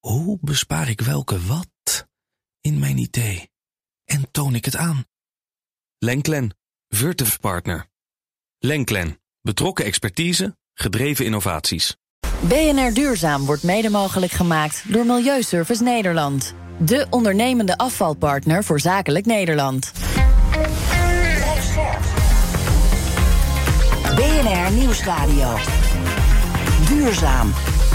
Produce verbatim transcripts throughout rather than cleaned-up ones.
Hoe bespaar ik welke wat in mijn idee? En toon ik het aan? Lenklen, Virtuf Partner. Lenklen, betrokken expertise, gedreven innovaties. B N R Duurzaam wordt mede mogelijk gemaakt door Milieuservice Nederland. De ondernemende afvalpartner voor zakelijk Nederland. B N R Nieuwsradio. Duurzaam.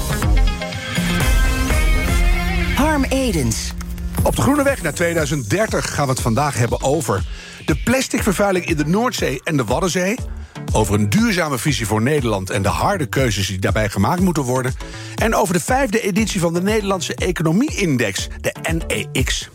Harm Edens. Op de Groene Weg naar tweeduizend dertig gaan we het vandaag hebben over de plasticvervuiling in de Noordzee en de Waddenzee, over een duurzame visie voor Nederland en de harde keuzes die daarbij gemaakt moeten worden, en over de vijfde editie van de Nederlandse Economie-index, de N E X.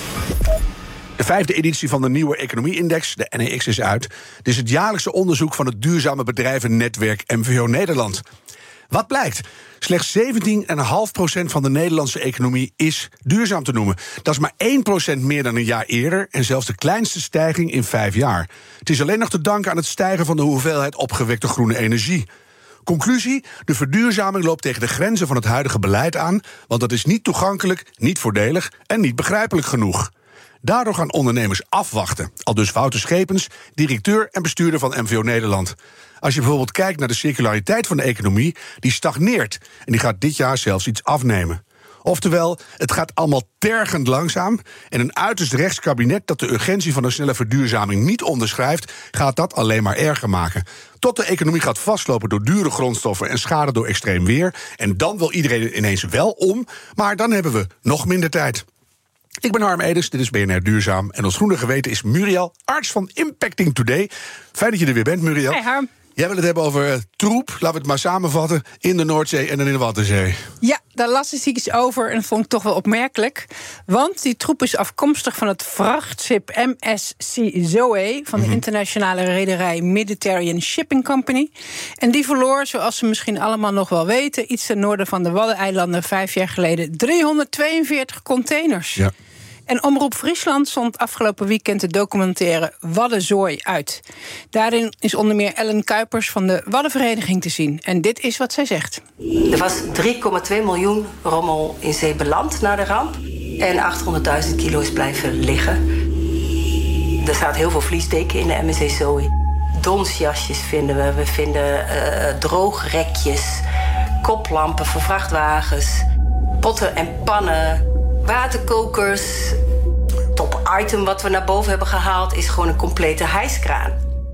De vijfde editie van de nieuwe Economie-index, de N E X, is uit. Dit is het jaarlijkse onderzoek van het duurzame bedrijvennetwerk M V O Nederland. Wat blijkt? Slechts zeventien komma vijf procent van de Nederlandse economie is duurzaam te noemen. Dat is maar één procent meer dan een jaar eerder en zelfs de kleinste stijging in vijf jaar. Het is alleen nog te danken aan het stijgen van de hoeveelheid opgewekte groene energie. Conclusie: de verduurzaming loopt tegen de grenzen van het huidige beleid aan, want dat is niet toegankelijk, niet voordelig en niet begrijpelijk genoeg. Daardoor gaan ondernemers afwachten. Aldus Wouter Schepens, directeur en bestuurder van M V O Nederland. Als je bijvoorbeeld kijkt naar de circulariteit van de economie, die stagneert en die gaat dit jaar zelfs iets afnemen. Oftewel, het gaat allemaal tergend langzaam en een uiterst rechts kabinet dat de urgentie van een snelle verduurzaming niet onderschrijft, gaat dat alleen maar erger maken. Tot de economie gaat vastlopen door dure grondstoffen en schade door extreem weer. En dan wil iedereen ineens wel om, maar dan hebben we nog minder tijd. Ik ben Harm Edens, dit is B N R Duurzaam. En ons groene geweten is Muriel, arts van Impacting Today. Fijn dat je er weer bent, Muriel. Hey Harm. Jij wil het hebben over uh, troep, laten we het maar samenvatten, in de Noordzee en dan in de Waddenzee. Ja, daar las ik iets over en dat vond ik toch wel opmerkelijk. Want die troep is afkomstig van het vrachtschip M S C Zoe van de mm-hmm. internationale rederij Mediterranean Shipping Company. En die verloor, zoals ze misschien allemaal nog wel weten, iets ten noorden van de Waddeneilanden vijf jaar geleden driehonderdtweeënveertig containers. Ja. En Omroep Friesland zond afgelopen weekend de documentaire Waddenzooi uit. Daarin is onder meer Ellen Kuipers van de Waddenvereniging te zien. En dit is wat zij zegt. Er was drie komma twee miljoen rommel in zee beland na de ramp. En achthonderdduizend kilo is blijven liggen. Er staat heel veel vliesdeken in de M S C Zoe. Donsjasjes vinden we. We vinden uh, droogrekjes, koplampen voor vrachtwagens, potten en pannen, waterkokers. Top item wat we naar boven hebben gehaald is gewoon een complete hijskraan.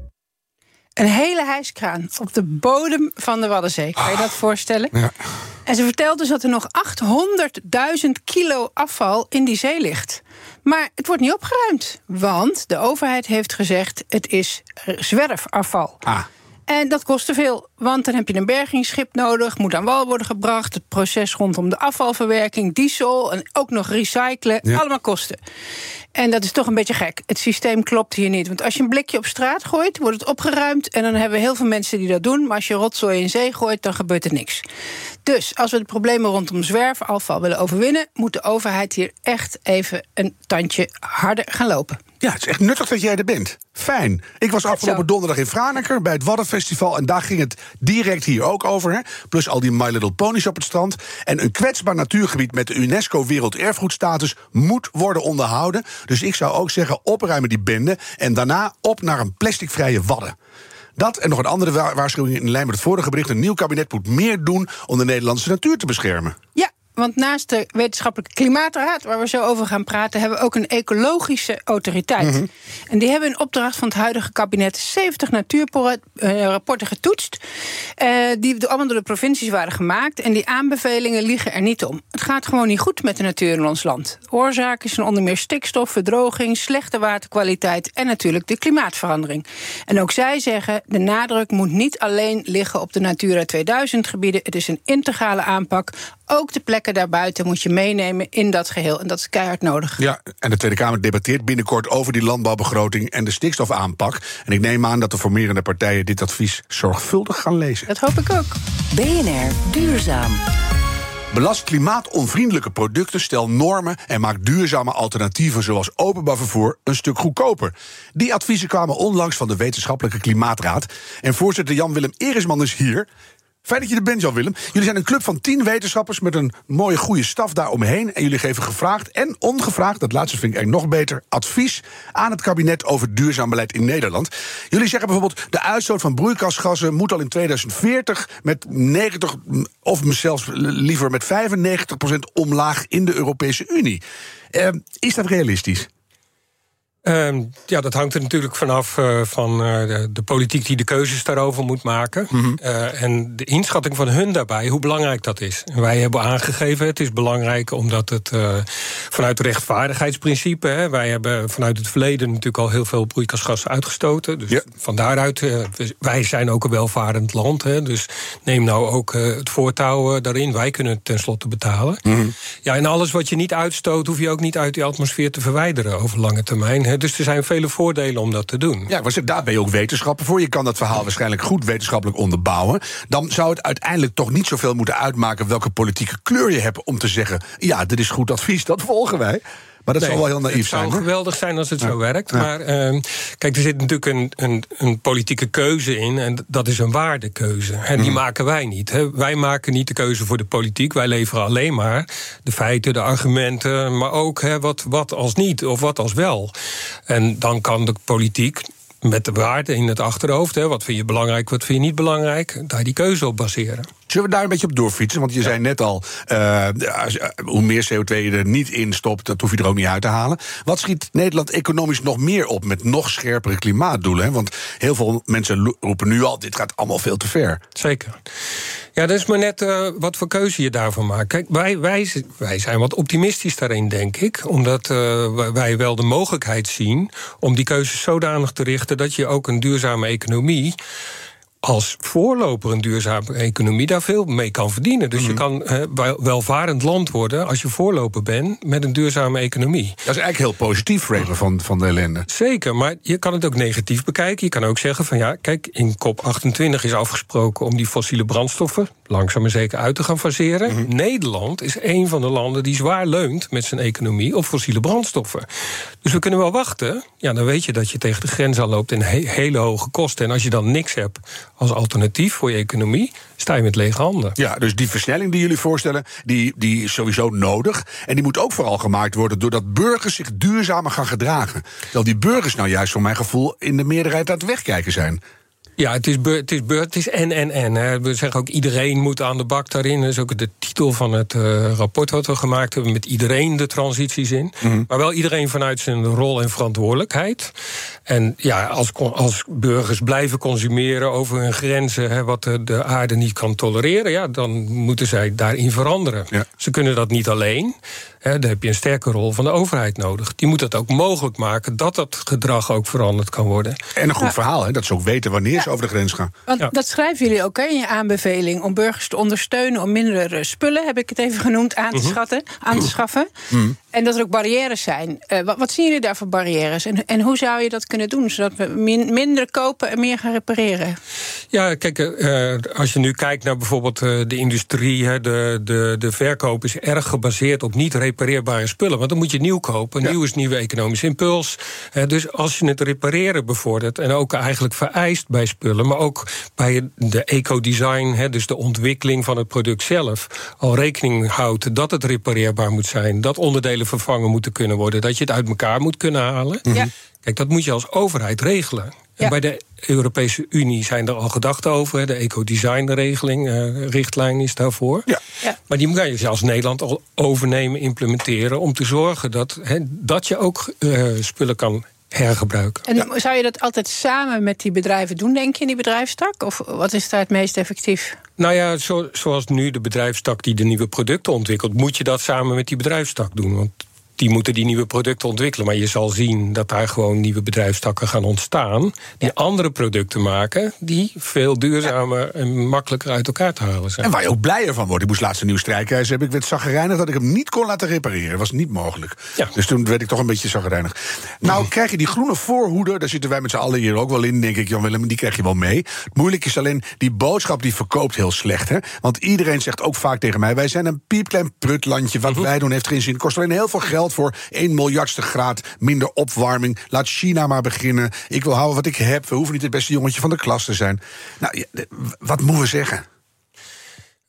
Een hele hijskraan op de bodem van de Waddenzee. Kan je dat voorstellen? Ja. En ze vertelt dus dat er nog achthonderdduizend kilo afval in die zee ligt. Maar het wordt niet opgeruimd. Want de overheid heeft gezegd, het is zwerfafval. Ah. En dat kost te veel, want dan heb je een bergingsschip nodig, moet aan wal worden gebracht, het proces rondom de afvalverwerking, diesel en ook nog recyclen, ja. Allemaal kosten. En dat is toch een beetje gek. Het systeem klopt hier niet. Want als je een blikje op straat gooit, wordt het opgeruimd en dan hebben we heel veel mensen die dat doen. Maar als je rotzooi in zee gooit, dan gebeurt er niks. Dus als we de problemen rondom zwerfafval willen overwinnen, moet de overheid hier echt even een tandje harder gaan lopen. Ja, het is echt nuttig dat jij er bent. Fijn. Ik was afgelopen donderdag in Franeker bij het Waddenfestival en daar ging het direct hier ook over. Hè? Plus al die My Little Ponies op het strand. En een kwetsbaar natuurgebied met de UNESCO Werelderfgoedstatus moet worden onderhouden. Dus ik zou ook zeggen, opruimen die bende en daarna op naar een plasticvrije Wadden. Dat en nog een andere waarschuwing in lijn met het vorige bericht. Een nieuw kabinet moet meer doen om de Nederlandse natuur te beschermen. Ja. Want naast de Wetenschappelijke Klimaatraad, waar we zo over gaan praten, hebben we ook een ecologische autoriteit. Mm-hmm. En die hebben in opdracht van het huidige kabinet zeventig natuurrapporten getoetst. Uh, die allemaal door de provincies waren gemaakt. En die aanbevelingen liegen er niet om. Het gaat gewoon niet goed met de natuur in ons land. Oorzaken zijn onder meer stikstof, verdroging, slechte waterkwaliteit en natuurlijk de klimaatverandering. En ook zij zeggen, de nadruk moet niet alleen liggen op de Natura tweeduizend gebieden. Het is een integrale aanpak. Ook de plekken daarbuiten moet je meenemen in dat geheel. En dat is keihard nodig. Ja, en de Tweede Kamer debatteert binnenkort over die landbouwbegroting en de stikstofaanpak. En ik neem aan dat de formerende partijen dit advies zorgvuldig gaan lezen. Dat hoop ik ook. B N R Duurzaam. Belast klimaatonvriendelijke producten, stel normen en maak duurzame alternatieven zoals openbaar vervoer een stuk goedkoper. Die adviezen kwamen onlangs van de Wetenschappelijke Klimaatraad. En voorzitter Jan-Willem Erisman is hier. Fijn dat je er bent, Jan Willem. Jullie zijn een club van tien wetenschappers met een mooie goede staf daaromheen. En jullie geven gevraagd en ongevraagd, dat laatste vind ik eigenlijk nog beter, advies aan het kabinet over duurzaam beleid in Nederland. Jullie zeggen bijvoorbeeld, de uitstoot van broeikasgassen moet al in tweeduizend veertig met negentig of zelfs liever met vijfennegentig procent omlaag in de Europese Unie. Uh, is dat realistisch? Um, ja, dat hangt er natuurlijk vanaf uh, van uh, de, de politiek die de keuzes daarover moet maken. Mm-hmm. Uh, en de inschatting van hun daarbij, hoe belangrijk dat is. En wij hebben aangegeven, het is belangrijk omdat het uh, vanuit het rechtvaardigheidsprincipe, hè, wij hebben vanuit het verleden natuurlijk al heel veel broeikasgassen uitgestoten. Dus ja. van daaruit, uh, wij zijn ook een welvarend land. Hè, dus neem nou ook uh, het voortouw uh, daarin. Wij kunnen het tenslotte betalen. Mm-hmm. Ja, en alles wat je niet uitstoot, hoef je ook niet uit die atmosfeer te verwijderen over lange termijn. Hè. Dus er zijn vele voordelen om dat te doen. Ja, maar daar ben je ook wetenschapper voor. Je kan dat verhaal waarschijnlijk goed wetenschappelijk onderbouwen. Dan zou het uiteindelijk toch niet zoveel moeten uitmaken welke politieke kleur je hebt om te zeggen, ja, dit is goed advies, dat volgen wij. Maar dat nee, zal wel heel naïef zijn. Het zou geweldig zijn als het ja. zo werkt. Ja. Maar uh, kijk, er zit natuurlijk een, een, een politieke keuze in. En dat is een waardekeuze. En die mm. maken wij niet. Hè. Wij maken niet de keuze voor de politiek. Wij leveren alleen maar de feiten, de argumenten. Maar ook hè, wat, wat als niet of wat als wel. En dan kan de politiek met de waarden in het achterhoofd, hè, wat vind je belangrijk, wat vind je niet belangrijk, daar die keuze op baseren. Zullen we daar een beetje op doorfietsen? Want je ja. zei net al, uh, hoe meer C O twee je er niet in stopt, dat hoef je er ook niet uit te halen. Wat schiet Nederland economisch nog meer op met nog scherpere klimaatdoelen? Hè? Want heel veel mensen roepen nu al, dit gaat allemaal veel te ver. Zeker. Ja, dat is maar net uh, wat voor keuze je daarvan maakt. Kijk, wij, wij, wij zijn wat optimistisch daarin, denk ik. Omdat uh, wij wel de mogelijkheid zien om die keuzes zodanig te richten dat je ook een duurzame economie, als voorloper een duurzame economie, daar veel mee kan verdienen. Dus mm-hmm. je kan uh, welvarend land worden als je voorloper bent met een duurzame economie. Dat is eigenlijk heel positief framen van, van de ellende. Zeker, maar je kan het ook negatief bekijken. Je kan ook zeggen van ja, kijk, in COP achtentwintig is afgesproken om die fossiele brandstoffen langzaam maar zeker uit te gaan faseren. Mm-hmm. Nederland is een van de landen die zwaar leunt met zijn economie op fossiele brandstoffen. Dus we kunnen wel wachten. Ja, dan weet je dat je tegen de grens aan loopt en he- hele hoge kosten. En als je dan niks hebt als alternatief voor je economie, sta je met lege handen. Ja, dus die versnelling die jullie voorstellen, die, die is sowieso nodig. En die moet ook vooral gemaakt worden doordat burgers zich duurzamer gaan gedragen. Terwijl die burgers nou juist voor mijn gevoel in de meerderheid aan het wegkijken zijn. Ja, het is, beur, het is, beur, het is en, en, en. Hè. We zeggen ook iedereen moet aan de bak daarin. Dat is ook de titel van het uh, rapport wat we gemaakt hebben. Met iedereen de transities in. Mm-hmm. Maar wel iedereen vanuit zijn rol en verantwoordelijkheid. En ja, als, als burgers blijven consumeren over hun grenzen, hè, wat de, de aarde niet kan tolereren, ja, dan moeten zij daarin veranderen. Ja. Ze kunnen dat niet alleen. Hè, daar heb je een sterke rol van de overheid nodig. Die moet het ook mogelijk maken dat dat gedrag ook veranderd kan worden. En een goed ja. verhaal, hè, dat ze ook weten wanneer ja. ze over de grens gaan. Want ja. dat schrijven jullie ook hè, in je aanbeveling om burgers te ondersteunen om minder spullen, heb ik het even genoemd, aan te, mm-hmm. schatten, aan te schaffen. Mm-hmm. En dat er ook barrières zijn. Uh, wat, wat zien jullie daar voor barrières? En, en hoe zou je dat kunnen doen, zodat we min, minder kopen en meer gaan repareren? Ja, kijk, uh, als je nu kijkt naar bijvoorbeeld uh, de industrie, hè, de, de, de verkoop is erg gebaseerd op niet repareerbare spullen. Want dan moet je nieuw kopen. Ja. Nieuw is nieuwe economische impuls. Uh, dus als je het repareren bevordert en ook eigenlijk vereist bij spullen, maar ook bij de eco-design, hè, dus de ontwikkeling van het product zelf, al rekening houdt dat het repareerbaar moet zijn, dat onderdelen vervangen moeten kunnen worden, dat je het uit elkaar moet kunnen halen. Ja. Kijk, dat moet je als overheid regelen. Ja. En bij de Europese Unie zijn er al gedachten over. De eco-design-regeling, uh, richtlijn is daarvoor. Ja. Ja. Maar die moet je als Nederland al overnemen, implementeren, om te zorgen dat, he, dat je ook uh, spullen kan hergebruiken. En ja. zou je dat altijd samen met die bedrijven doen, denk je, in die bedrijfstak? Of wat is daar het meest effectief? Nou ja, zo, zoals nu de bedrijfstak die de nieuwe producten ontwikkelt, moet je dat samen met die bedrijfstak doen. Want die moeten die nieuwe producten ontwikkelen. Maar je zal zien dat daar gewoon nieuwe bedrijfstakken gaan ontstaan, die ja. andere producten maken die veel duurzamer ja. en makkelijker uit elkaar te halen zijn. En waar je ook blijer van wordt. Ik moest laatst een nieuw strijkijzer hebben. Ik werd chagrijnig dat ik hem niet kon laten repareren. Dat was niet mogelijk. Ja. Dus toen werd ik toch een beetje chagrijnig. Nou, mm. krijg je die groene voorhoede, daar zitten wij met z'n allen hier ook wel in, denk ik, Jan Willem, die krijg je wel mee. Het moeilijk is alleen, die boodschap die verkoopt heel slecht. Hè? Want iedereen zegt ook vaak tegen mij, wij zijn een piepklein prutlandje. Wat mm-hmm. wij doen heeft geen zin. Het kost alleen heel veel geld voor één miljardste graad minder opwarming. Laat China maar beginnen. Ik wil houden wat ik heb. We hoeven niet het beste jongetje van de klas te zijn. Nou, wat moeten we zeggen?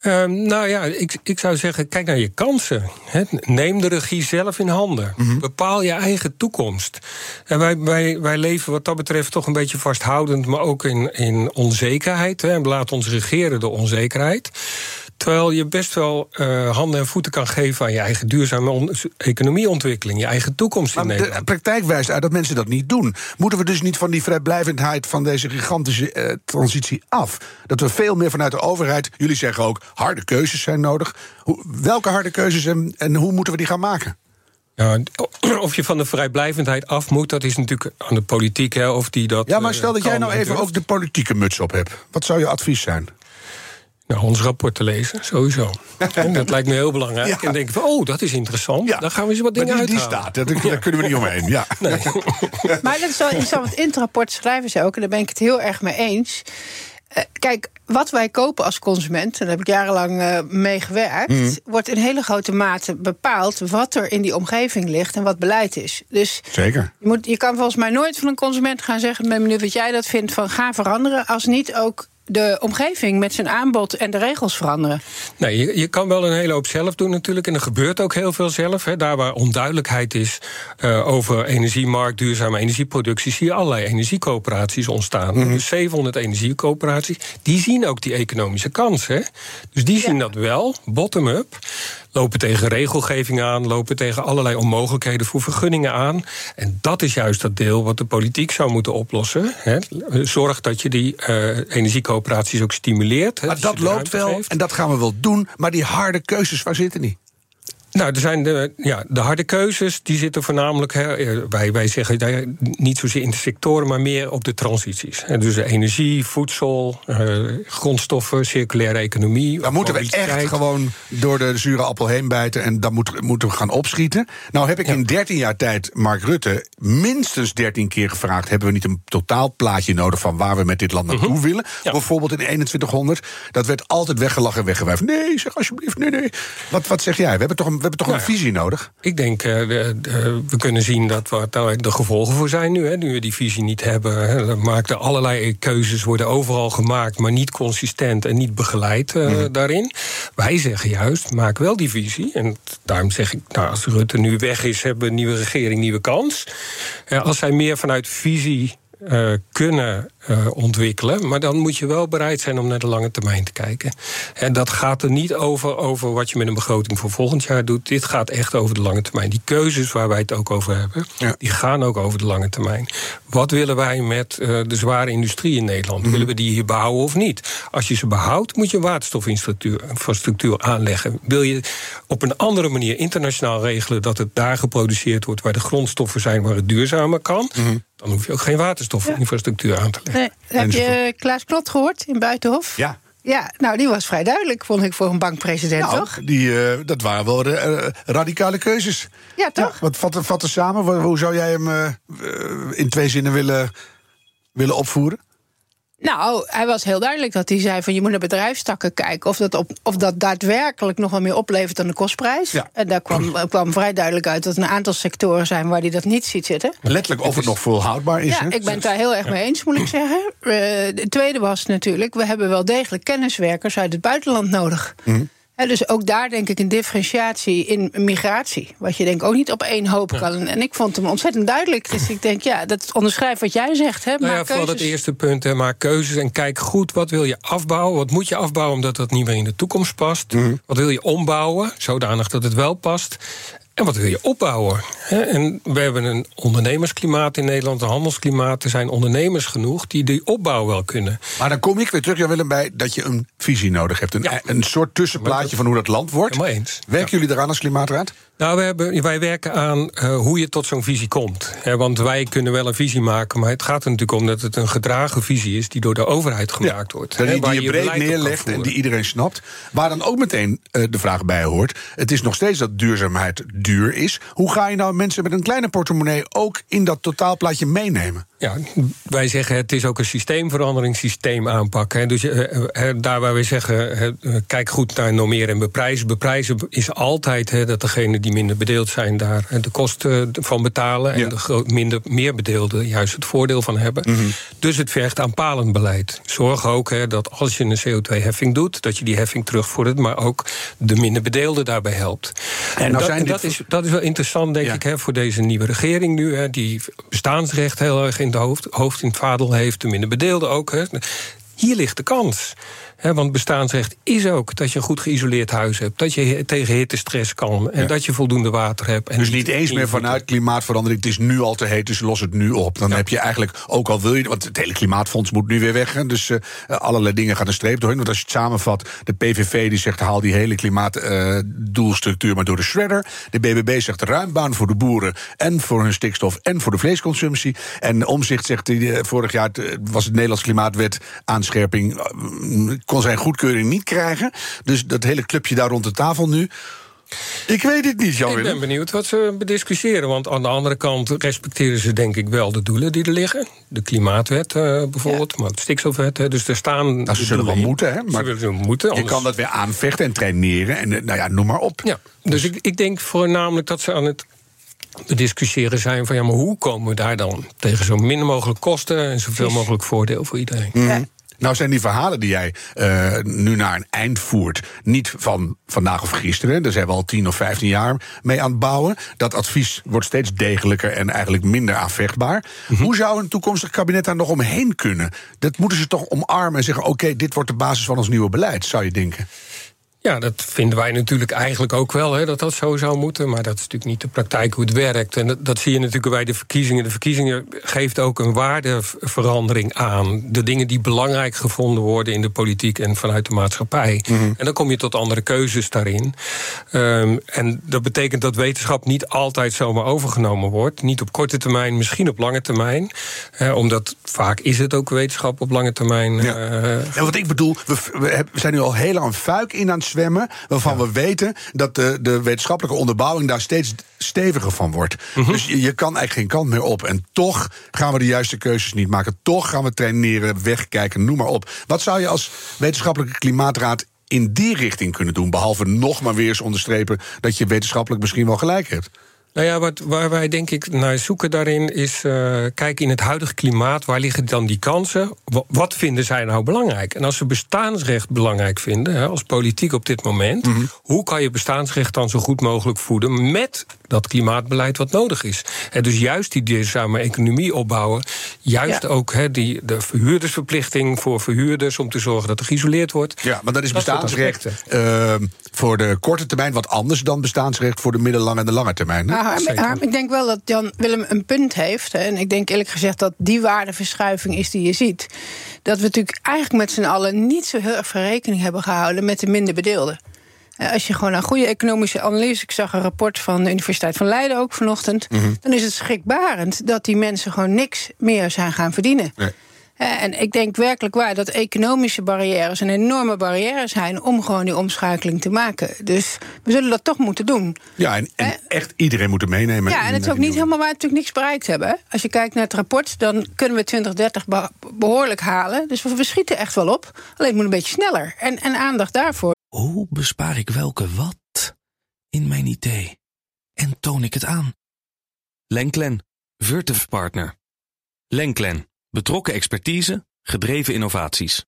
Um, nou ja, ik, ik zou zeggen, kijk naar je kansen. Hè. Neem de regie zelf in handen. Mm-hmm. Bepaal je eigen toekomst. En wij, wij, wij leven wat dat betreft toch een beetje vasthoudend, maar ook in, in onzekerheid. Hè. We laten ons regeren door onzekerheid. Terwijl je best wel uh, handen en voeten kan geven aan je eigen duurzame on- economieontwikkeling, je eigen toekomst in maar Nederland. De praktijk wijst uit dat mensen dat niet doen. Moeten we dus niet van die vrijblijvendheid van deze gigantische uh, transitie af? Dat we veel meer vanuit de overheid, jullie zeggen ook, harde keuzes zijn nodig. Hoe, welke harde keuzes en, en hoe moeten we die gaan maken? Ja, of je van de vrijblijvendheid af moet, dat is natuurlijk aan de politiek, hè, of die dat. Ja, maar stel dat uh, jij nou even durft. ook de politieke muts op hebt. Wat zou je advies zijn? Nou, ons rapport te lezen, sowieso. Dat lijkt me heel belangrijk. Ja. En denk van, oh, dat is interessant. Ja. Dan gaan we eens wat dingen maar die, uithalen. Die staat, daar, daar kunnen we niet omheen. Ja. Nee. Maar dat is wel interessant, want in het rapport schrijven ze ook, en daar ben ik het heel erg mee eens. Uh, kijk, wat wij kopen als consument, en daar heb ik jarenlang uh, mee gewerkt, mm. wordt in hele grote mate bepaald wat er in die omgeving ligt en wat beleid is. Dus Zeker. Je, moet, je kan volgens mij nooit van een consument gaan zeggen, ik ben benieuwd wat jij dat vindt, van ga veranderen, als niet ook de omgeving met zijn aanbod en de regels veranderen. Nee, je, je kan wel een hele hoop zelf doen natuurlijk. En er gebeurt ook heel veel zelf. Hè. Daar waar onduidelijkheid is uh, over energiemarkt, duurzame energieproductie, zie je allerlei energiecoöperaties ontstaan. Mm-hmm. Dus zevenhonderd energiecoöperaties, die zien ook die economische kans. Hè. Dus die zien ja. dat wel, bottom-up. Lopen tegen regelgeving aan, lopen tegen allerlei onmogelijkheden voor vergunningen aan. En dat is juist dat deel wat de politiek zou moeten oplossen. Hè. Zorg dat je die uh, energiecoöperaties ook stimuleert. Hè, maar dat loopt wel, geeft. En dat gaan we wel doen. Maar die harde keuzes, waar zitten die? Nou, er zijn de, ja, de harde keuzes, die zitten voornamelijk, hè, wij, wij zeggen niet zozeer in de sectoren, maar meer op de transities. Dus de energie, voedsel, uh, grondstoffen, circulaire economie. Daar moeten we echt gewoon door de zure appel heen bijten en dan moet, moeten we gaan opschieten. Nou heb ik ja. in dertien jaar tijd Mark Rutte minstens dertien keer gevraagd, hebben we niet een totaalplaatje nodig van waar we met dit land naartoe uh-huh. willen? Ja. Bijvoorbeeld in eenentwintighonderd. Dat werd altijd weggelachen en weggewuifd. Nee, zeg alsjeblieft, nee, nee. Wat, wat zeg jij? We hebben toch een We hebben toch nou, een visie nodig? Ik denk, uh, de, de, we kunnen zien dat wat daar de gevolgen voor zijn nu. Hè, nu we die visie niet hebben. Hè, dan maken allerlei keuzes, worden overal gemaakt, maar niet consistent en niet begeleid uh, mm. daarin. Wij zeggen juist, maak wel die visie. En daarom zeg ik, nou, als Rutte nu weg is, hebben we een nieuwe regering, nieuwe kans. Uh, als zij meer vanuit visie Uh, kunnen uh, ontwikkelen. Maar dan moet je wel bereid zijn om naar de lange termijn te kijken. En dat gaat er niet over, over wat je met een begroting voor volgend jaar doet. Dit gaat echt over de lange termijn. Die keuzes waar wij het ook over hebben, ja. die gaan ook over de lange termijn. Wat willen wij met uh, de zware industrie in Nederland? Mm-hmm. Willen we die hier behouden of niet? Als je ze behoudt, moet je een waterstofinfrastructuur aanleggen. Wil je op een andere manier internationaal regelen dat het daar geproduceerd wordt, waar de grondstoffen zijn, waar het duurzamer kan, mm-hmm. dan hoef je ook geen waterstofinfrastructuur ja. aan te leggen. Nee. Heb je Klaas Knot gehoord in Buitenhof? Ja. Ja, nou, die was vrij duidelijk, vond ik, voor een bankpresident, nou, toch? Die, uh, dat waren wel uh, radicale keuzes. Ja, toch? Ja, wat vat, vat er samen? Hoe zou jij hem uh, in twee zinnen willen, willen opvoeren? Nou, hij was heel duidelijk dat hij zei van je moet naar bedrijfstakken kijken of dat, op, of dat daadwerkelijk nog wel meer oplevert dan de kostprijs. Ja. En daar kwam, kwam vrij duidelijk uit dat er een aantal sectoren zijn waar hij dat niet ziet zitten. Letterlijk of het nog volhoudbaar is. Ja, hè? ik ben het daar heel erg mee eens, moet ik zeggen. Uh, de tweede was natuurlijk, we hebben wel degelijk kenniswerkers uit het buitenland nodig. Mm. He, dus ook daar denk ik een differentiatie in migratie. Wat je denk ik ook niet op één hoop kan. Ja. En ik vond hem ontzettend duidelijk. Dus ik denk, ja, dat onderschrijft wat jij zegt. Hè, nou ja, vooral het eerste punt, hè, maak keuzes en kijk goed wat wil je afbouwen. Wat moet je afbouwen omdat dat niet meer in de toekomst past. Mm. Wat wil je ombouwen, zodanig dat het wel past. En wat wil je opbouwen? En we hebben een ondernemersklimaat in Nederland, een handelsklimaat. Er zijn ondernemers genoeg die die opbouw wel kunnen. Maar dan kom ik weer terug, Jan Willem, bij dat je een visie nodig hebt. Een, ja. een soort tussenplaatje dat, van hoe dat land wordt. Helemaal eens. Werken ja. jullie eraan als Klimaatraad? Nou, we hebben, wij werken aan uh, hoe je tot zo'n visie komt. He, want wij kunnen wel een visie maken, maar het gaat er natuurlijk om dat het een gedragen visie is die door de overheid gemaakt ja, wordt. Die, he, die je, je breed neerlegt en die iedereen snapt. Waar dan ook meteen uh, de vraag bij hoort, het is nog steeds dat duurzaamheid duur is. Hoe ga je nou mensen met een kleine portemonnee ook in dat totaalplaatje meenemen? Ja, wij zeggen het is ook een systeemverandering, systeem aanpakken. Dus uh, daar waar we zeggen, uh, kijk goed naar normeren en beprijzen. Beprijzen is altijd uh, dat degenen die minder bedeeld zijn daar uh, de kosten van betalen. Ja. En de groot, minder, meer bedeelden juist het voordeel van hebben. Mm-hmm. Dus het vergt aanpalend beleid. Zorg ook uh, dat als je een C O twee heffing doet, dat je die heffing terugvordert, maar ook de minder bedeelden daarbij helpt. En, en, nou dat, en dat, is, dat is wel interessant, denk ja. ik, hè, voor deze nieuwe regering nu, hè, die bestaansrecht heel erg in de hoofd, hoofd in het vaandel heeft, de minder bedeelden ook. Hè. Hier ligt de kans. He, want bestaansrecht is ook dat je een goed geïsoleerd huis hebt, dat je tegen hittestress kan en ja. dat je voldoende water hebt. En dus niet eens meer vanuit klimaatverandering, het is nu al te heet, dus los het nu op. Dan ja. heb je eigenlijk, ook al wil je, want het hele klimaatfonds moet nu weer weg, hè, dus uh, allerlei dingen gaan een streep doorheen. Want als je het samenvat, de P V V die zegt, haal die hele klimaatdoelstructuur uh, maar door de shredder. De B B B zegt, ruim baan voor de boeren en voor hun stikstof en voor de vleesconsumptie. En Omtzigt zegt, uh, vorig jaar was het Nederlands Klimaatwet aanscherping, uh, kon zijn goedkeuring niet krijgen. Dus dat hele clubje daar rond de tafel nu. Ik weet het niet, Jan. Ik ben benieuwd wat ze bediscussiëren. Want aan de andere kant respecteren ze denk ik wel de doelen die er liggen. De klimaatwet uh, bijvoorbeeld, ja. maar ook de stikstofwet. Hè. Dus er staan. Nou, ze zullen wel moeten, hè? Maar ze zullen moeten, je kan dat weer aanvechten en traineren. En nou ja, noem maar op. Ja, dus, dus ik, ik denk voornamelijk dat ze aan het discussiëren zijn van ja, maar hoe komen we daar dan tegen zo min mogelijk kosten en zoveel mogelijk voordeel voor iedereen. Mm. Ja. Nou zijn die verhalen die jij uh, nu naar een eind voert niet van vandaag of gisteren. Daar zijn we al tien of vijftien jaar mee aan het bouwen. Dat advies wordt steeds degelijker en eigenlijk minder aanvechtbaar. Mm-hmm. Hoe zou een toekomstig kabinet daar nog omheen kunnen? Dat moeten ze toch omarmen en zeggen, oké, okay, dit wordt de basis van ons nieuwe beleid, zou je denken? Ja, dat vinden wij natuurlijk eigenlijk ook wel, hè, dat dat zo zou moeten. Maar dat is natuurlijk niet de praktijk hoe het werkt. En dat, dat zie je natuurlijk bij de verkiezingen. De verkiezingen geeft ook een waardeverandering aan. De dingen die belangrijk gevonden worden in de politiek en vanuit de maatschappij. Mm-hmm. En dan kom je tot andere keuzes daarin. Um, en dat betekent dat wetenschap niet altijd zomaar overgenomen wordt. Niet op korte termijn, misschien op lange termijn. Uh, omdat vaak is het ook wetenschap op lange termijn. Ja. Uh, en wat ik bedoel, we, we zijn nu al heel lang een fuik in aan het zwemmen, waarvan ja. we weten dat de, de wetenschappelijke onderbouwing daar steeds steviger van wordt. Mm-hmm. Dus je, je kan eigenlijk geen kant meer op. En toch gaan we de juiste keuzes niet maken. Toch gaan we traineren, wegkijken, noem maar op. Wat zou je als wetenschappelijke klimaatraad in die richting kunnen doen? Behalve nog maar weer eens onderstrepen dat je wetenschappelijk misschien wel gelijk hebt. Nou ja, wat, waar wij denk ik naar zoeken daarin is, uh, kijk in het huidige klimaat, waar liggen dan die kansen? Wat vinden zij nou belangrijk? En als ze bestaansrecht belangrijk vinden, hè, als politiek op dit moment, mm-hmm. hoe kan je bestaansrecht dan zo goed mogelijk voeden met dat klimaatbeleid wat nodig is? En dus juist die duurzame economie opbouwen, juist ja. ook he, die, de verhuurdersverplichting voor verhuurders om te zorgen dat er geïsoleerd wordt. Ja, maar dat is dat bestaansrecht uh, voor de korte termijn wat anders dan bestaansrecht voor de middellange en de lange termijn. Hè? Maar, maar ik denk wel dat Jan Willem een punt heeft. En ik denk eerlijk gezegd dat die waardeverschuiving is die je ziet. Dat we natuurlijk eigenlijk met z'n allen niet zo heel erg veel rekening hebben gehouden met de minder bedeelden. Als je gewoon een goede economische analyse, ik zag een rapport van de Universiteit van Leiden ook vanochtend, mm-hmm. dan is het schrikbarend dat die mensen gewoon niks meer zijn gaan verdienen. Nee. En ik denk werkelijk waar dat economische barrières een enorme barrière zijn om gewoon die omschakeling te maken. Dus we zullen dat toch moeten doen. Ja, en, en echt iedereen moet er meenemen. Ja, en het is ook niet helemaal waar we natuurlijk niks bereikt hebben. Als je kijkt naar het rapport, dan kunnen we twintig dertig behoorlijk halen. Dus we schieten echt wel op. Alleen het moet een beetje sneller. En, en aandacht daarvoor. Hoe bespaar ik welke wat in mijn idee? En toon ik het aan? Lenklen, Virtuf Partner. Lenklen, betrokken expertise, gedreven innovaties.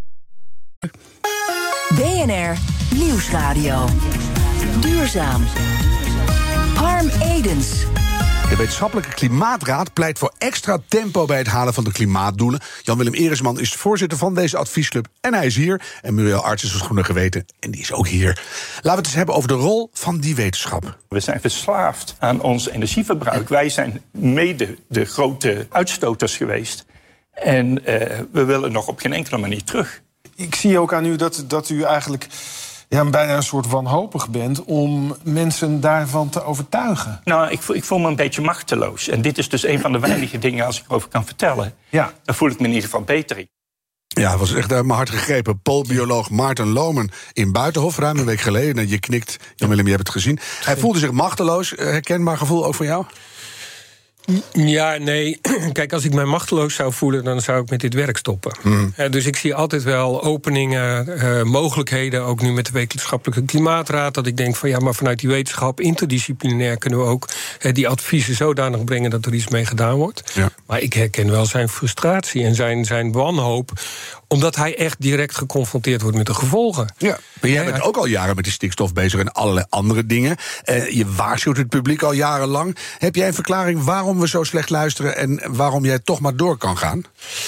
B N R Nieuwsradio. Duurzaam. Harm Edens. De Wetenschappelijke Klimaatraad pleit voor extra tempo bij het halen van de klimaatdoelen. Jan Willem Eresman is voorzitter van deze adviesclub en hij is hier. En Muriel Arts is van Groene Geweten en die is ook hier. Laten we het eens hebben over de rol van die wetenschap. We zijn verslaafd aan ons energieverbruik. Wij zijn mede de grote uitstoters geweest. En uh, we willen nog op geen enkele manier terug. Ik zie ook aan u dat, dat u eigenlijk ja, bijna een soort wanhopig bent om mensen daarvan te overtuigen. Nou, ik voel, ik voel me een beetje machteloos. En dit is dus een van de weinige dingen als ik erover kan vertellen. Ja. Dan voel ik me in ieder geval beter in. Ja, het was echt uit mijn hart gegrepen. Poolbioloog Maarten Lomen in Buitenhof, ruim een week geleden. Je knikt, Jan-Willem, je hebt het gezien. Hij voelde zich machteloos. Herkenbaar gevoel ook van jou? Ja, nee. Kijk, als ik mij machteloos zou voelen, dan zou ik met dit werk stoppen. Mm. Uh, dus ik zie altijd wel openingen, uh, mogelijkheden, ook nu met de Wetenschappelijke Klimaatraad, dat ik denk van ja, maar vanuit die wetenschap, interdisciplinair, kunnen we ook uh, die adviezen zodanig brengen dat er iets mee gedaan wordt. Ja. Maar ik herken wel zijn frustratie en zijn, zijn wanhoop, omdat hij echt direct geconfronteerd wordt met de gevolgen. Ja, maar jij bent ook al jaren met die stikstof bezig en allerlei andere dingen. Uh, je waarschuwt het publiek al jarenlang. Heb jij een verklaring waarom we zo slecht luisteren en waarom jij toch maar door kan gaan?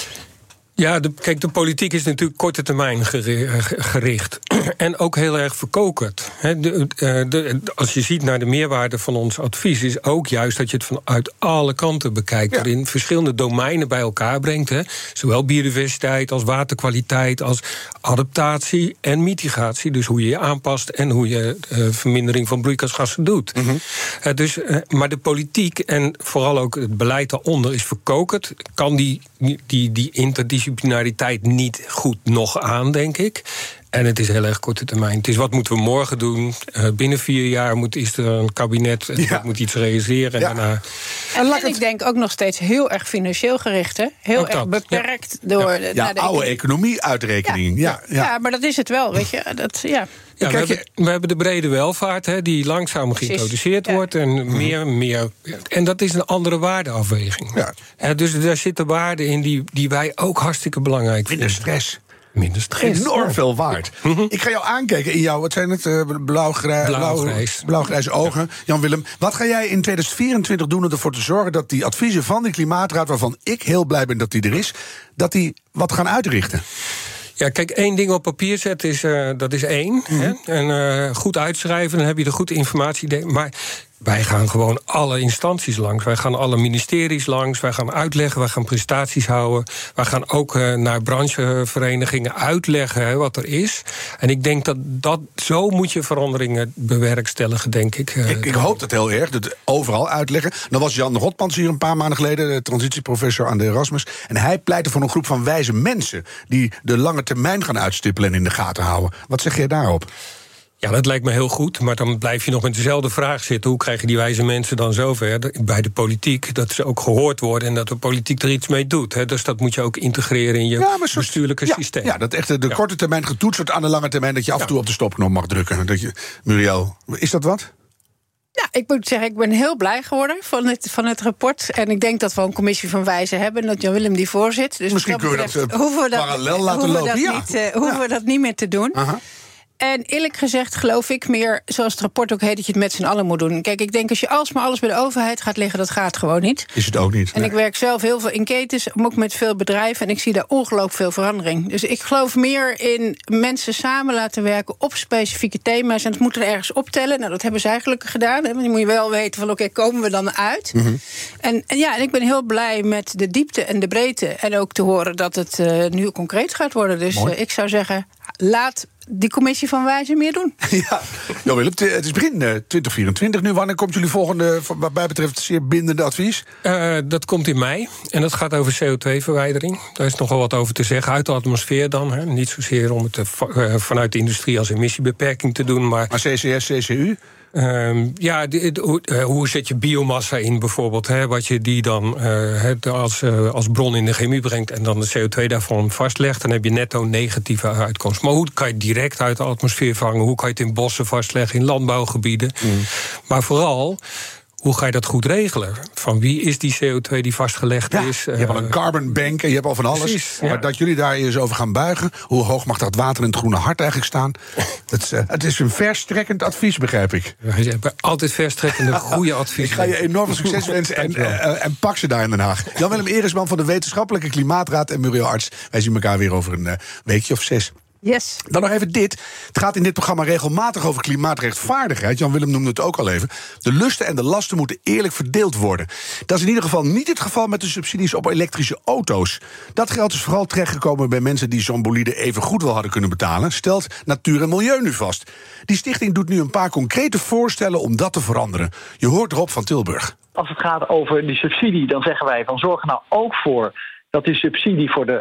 Ja, de, kijk, de politiek is natuurlijk korte termijn gericht. En ook heel erg verkokerd. He, de, de, als je ziet naar de meerwaarde van ons advies, is ook juist dat je het vanuit alle kanten bekijkt. Ja. Erin verschillende domeinen bij elkaar brengt. He. Zowel biodiversiteit als waterkwaliteit, als adaptatie en mitigatie. Dus hoe je je aanpast en hoe je uh, vermindering van broeikasgassen doet. Mm-hmm. Uh, dus, uh, maar de politiek en vooral ook het beleid daaronder is verkokerd. Kan die, die, die interdisciplinariteit niet goed nog aan, denk ik. En het is heel erg korte termijn. Het is wat moeten we morgen doen. Uh, binnen vier jaar moet, is er een kabinet en ja. moet iets realiseren. Ja. En, daarna... en, en ik denk ook nog steeds heel erg financieel gericht. Hè? Heel ook erg dat. beperkt ja. door... Ja, ja de oude economie-uitrekening. Ja. Ja, ja. ja, maar dat is het wel, weet je. Dat, ja. Ja, we, hebben, we hebben de brede welvaart, hè, die langzaam geïntroduceerd ja. wordt. En meer, meer. En dat is een andere waardeafweging. Ja. Ja, dus daar zitten waarden in die, die wij ook hartstikke belangrijk vinden. Minder stress. Minder stress. Enorm veel waard. Mm-hmm. Ik ga jou aankijken in jouw, wat zijn het, uh, blauw-grijs blauw-grijs blauw ogen. Ja. Jan-Willem, wat ga jij in tweeduizend vierentwintig doen om ervoor te zorgen dat die adviezen van die Klimaatraad, waarvan ik heel blij ben dat die er is, dat die wat gaan uitrichten? Ja, kijk, één ding op papier zetten, is, uh, dat is één. Mm-hmm. Hè? En uh, goed uitschrijven, dan heb je de goede informatie. Maar wij gaan gewoon alle instanties langs. Wij gaan alle ministeries langs. Wij gaan uitleggen, wij gaan presentaties houden. Wij gaan ook uh, naar brancheverenigingen uitleggen hè, wat er is. En ik denk dat, dat zo moet je veranderingen bewerkstelligen, denk ik. Uh, ik, ik hoop dat heel erg, dat overal uitleggen. Dan was Jan Rotmans hier een paar maanden geleden, de transitieprofessor aan de Erasmus. En hij pleitte voor een groep van wijze mensen die de lange termijn gaan uitstippelen en in de gaten houden. Wat zeg jij daarop? Ja, dat lijkt me heel goed, maar dan blijf je nog met dezelfde vraag zitten. Hoe krijgen die wijze mensen dan zover bij de politiek, dat ze ook gehoord worden en dat de politiek er iets mee doet? Hè? Dus dat moet je ook integreren in je ja, soort, bestuurlijke ja, systeem. Ja, dat echt de ja. korte termijn getoetst wordt aan de lange termijn, dat je af en toe ja. op de stopknop mag drukken. Dat je, Muriel, is dat wat? Ja, ik moet zeggen, ik ben heel blij geworden van het, van het rapport. En ik denk dat we een commissie van wijzen hebben en dat Jan-Willem die voorzit. Dus misschien kunnen we dat, uh, we dat parallel laten lopen. We ja. niet, uh, hoeven ja. we dat niet meer te doen. Aha. En eerlijk gezegd geloof ik meer, zoals het rapport ook heet, dat je het met z'n allen moet doen. Kijk, ik denk als je alsmaar alles bij de overheid gaat leggen, dat gaat gewoon niet. Is het ook niet. En nee. ik werk zelf heel veel in ketens, ook met veel bedrijven, en ik zie daar ongelooflijk veel verandering. Dus ik geloof meer in mensen samen laten werken op specifieke thema's en het moet er ergens optellen. Nou, dat hebben ze eigenlijk gedaan. Hè, want dan moet je wel weten van, oké, okay, komen we dan uit? Mm-hmm. En, en ja, en ik ben heel blij met de diepte en de breedte en ook te horen dat het uh, nu concreet gaat worden. Dus uh, ik zou zeggen, laat die commissie van wijzen meer doen. Ja, Jan Willem, het is begin uh, twintig vierentwintig nu. Wanneer komt jullie volgende, wat mij betreft, zeer bindende advies? Uh, dat komt in mei. En dat gaat over C O twee verwijdering. Daar is nogal wat over te zeggen. Uit de atmosfeer dan. Hè. Niet zozeer om het uh, vanuit de industrie als emissiebeperking te doen. Maar, maar C C S, C C U? Uh, ja, de, de, hoe, uh, hoe zet je biomassa in bijvoorbeeld? Hè, wat je die dan uh, als, uh, als bron in de chemie brengt en dan de C O twee daarvan vastlegt, dan heb je netto negatieve uitkomst. Maar hoe kan je het direct uit de atmosfeer vangen? Hoe kan je het in bossen vastleggen, in landbouwgebieden? Mm. Maar vooral, hoe ga je dat goed regelen? Van wie is die C O twee die vastgelegd ja, is? Je hebt al een carbon bank en je hebt al van alles. Precies, ja. Maar dat jullie daar eens over gaan buigen. Hoe hoog mag dat water in het groene hart eigenlijk staan? Dat is, uh, het is een verstrekkend advies, begrijp ik. Ja, je hebt altijd verstrekkende, goede adviezen. Ik ga je enorm veel succes wensen en, uh, en pak ze daar in Den Haag. Jan-Willem Eresman van de Wetenschappelijke Klimaatraad en Muriel Arts. Wij zien elkaar weer over een uh, weekje of zes. Yes. Dan nog even dit. Het gaat in dit programma regelmatig over klimaatrechtvaardigheid. Jan-Willem noemde het ook al even. De lusten en de lasten moeten eerlijk verdeeld worden. Dat is in ieder geval niet het geval met de subsidies op elektrische auto's. Dat geld is vooral terechtgekomen bij mensen die zo'n bolide even goed wel hadden kunnen betalen, stelt Natuur en Milieu nu vast. Die stichting doet nu een paar concrete voorstellen om dat te veranderen. Je hoort Rob van Tilburg. Als het gaat over die subsidie, dan zeggen wij van zorg er nou ook voor dat die subsidie voor de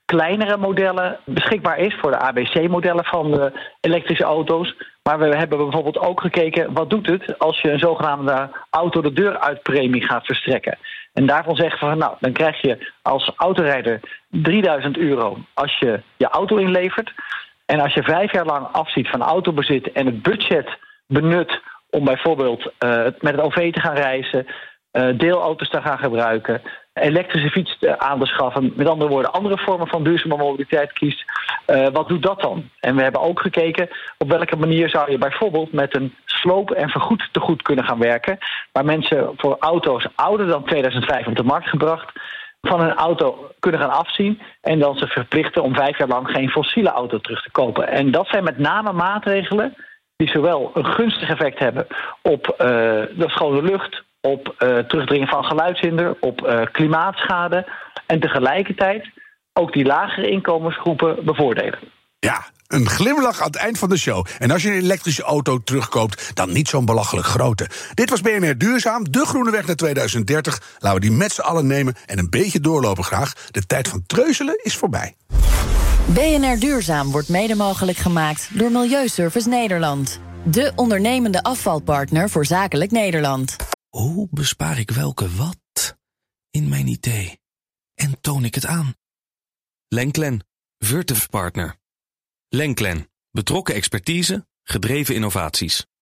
kleinere modellen beschikbaar is voor de A B C-modellen van de elektrische auto's. Maar we hebben bijvoorbeeld ook gekeken, wat doet het als je een zogenaamde auto de deur uit premie gaat verstrekken. En daarvan zeggen we van, nou, dan krijg je als autorijder drieduizend euro als je je auto inlevert. En als je vijf jaar lang afziet van autobezit en het budget benut om bijvoorbeeld uh, met het O V te gaan reizen, uh, deelauto's te gaan gebruiken, elektrische fiets aan te schaffen, met andere woorden andere vormen van duurzame mobiliteit kiest, uh, wat doet dat dan? En we hebben ook gekeken op welke manier zou je bijvoorbeeld met een sloop- en vergoedtegoed kunnen gaan werken, waar mensen voor auto's ouder dan tweeduizend vijf op de markt gebracht van een auto kunnen gaan afzien en dan ze verplichten om vijf jaar lang geen fossiele auto terug te kopen. En dat zijn met name maatregelen die zowel een gunstig effect hebben op uh, de schone lucht, op uh, terugdringen van geluidshinder, op uh, klimaatschade en tegelijkertijd ook die lagere inkomensgroepen bevoordelen. Ja, een glimlach aan het eind van de show. En als je een elektrische auto terugkoopt, dan niet zo'n belachelijk grote. Dit was B N R Duurzaam, de groene weg naar tweeduizend dertig. Laten we die met z'n allen nemen en een beetje doorlopen graag. De tijd van treuzelen is voorbij. B N R Duurzaam wordt mede mogelijk gemaakt door Milieuservice Nederland. De ondernemende afvalpartner voor Zakelijk Nederland. Hoe bespaar ik welke wat in mijn idee? En toon ik het aan? Lenklen, Virtuf Partner. Lenklen, betrokken expertise, gedreven innovaties.